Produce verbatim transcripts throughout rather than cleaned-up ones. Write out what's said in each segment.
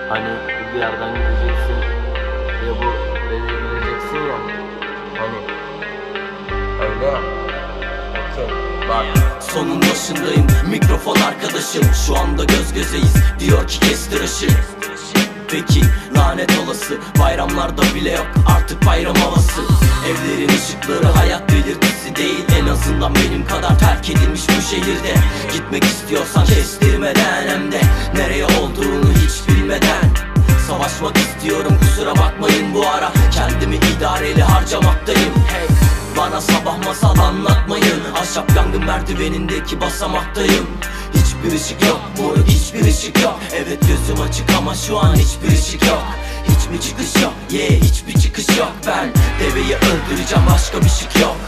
Hani bir yerden gideceksin ya bu eve gideceksin ya. Hani öyle. Okey bak. Sonun başındayım, mikrofon arkadaşım. Şu anda göz gözeyiz, diyor ki kestir ışık. Peki lanet olası, bayramlarda bile yok artık bayram havası. Evlerin ışıkları hayat belirtisi değil, en azından benim kadar terk edilmiş bu şehirde. Gitmek istiyorsan kestirmeden, hem de nereye olduğunu hiç bilmeden. Savaşmak istiyorum, kusura bakmayın bu ara kendimi idareli harcamaktayım. Hey, bana sabah masal anlatmayın, ahşap yangın merdivenindeki basamaktayım. Hiçbir ışık yok moruk, hiçbir ışık yok. Evet gözüm açık ama şu an hiçbir ışık yok. Hiç mi çıkış yok, yeah, hiçbir çıkış yok. Ben deveyi öldüreceğim, başka bir şık yok.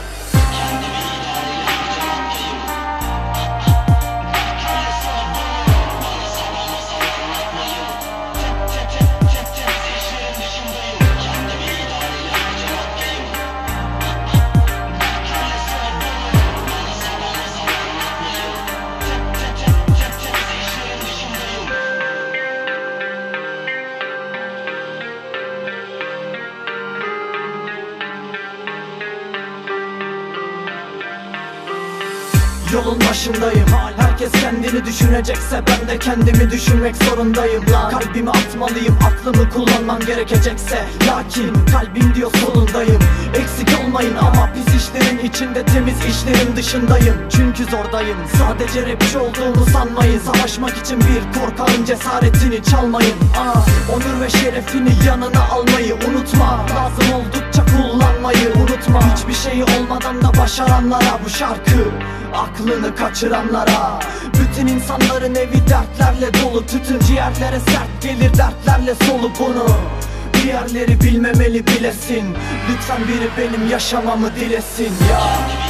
Yolun başındayım, herkes kendini düşünecekse ben de kendimi düşünmek zorundayım. Kalbimi atmalıyım, aklımı kullanmam gerekecekse. Lakin kalbim diyor solundayım. Eksik olmayın ama pis işlerin içinde, temiz işlerin dışındayım. Çünkü zordayım, sadece rapçi olduğumu sanmayın. Savaşmak için bir korkağın cesaretini çalmayın. Aa, onur ve şerefini yanına almayı unutma. Lazım oldukça kullanmayı unutma. Hiçbir şeyi olmadan da başaranlara bu şarkı, aklını kaçıranlara. Bütün insanların evi dertlerle dolu, tütün ciğerlere sert gelir dertlerle solup bunu. Bir yerleri bilmemeli bilesin, lütfen biri benim yaşamamı dilesin ya.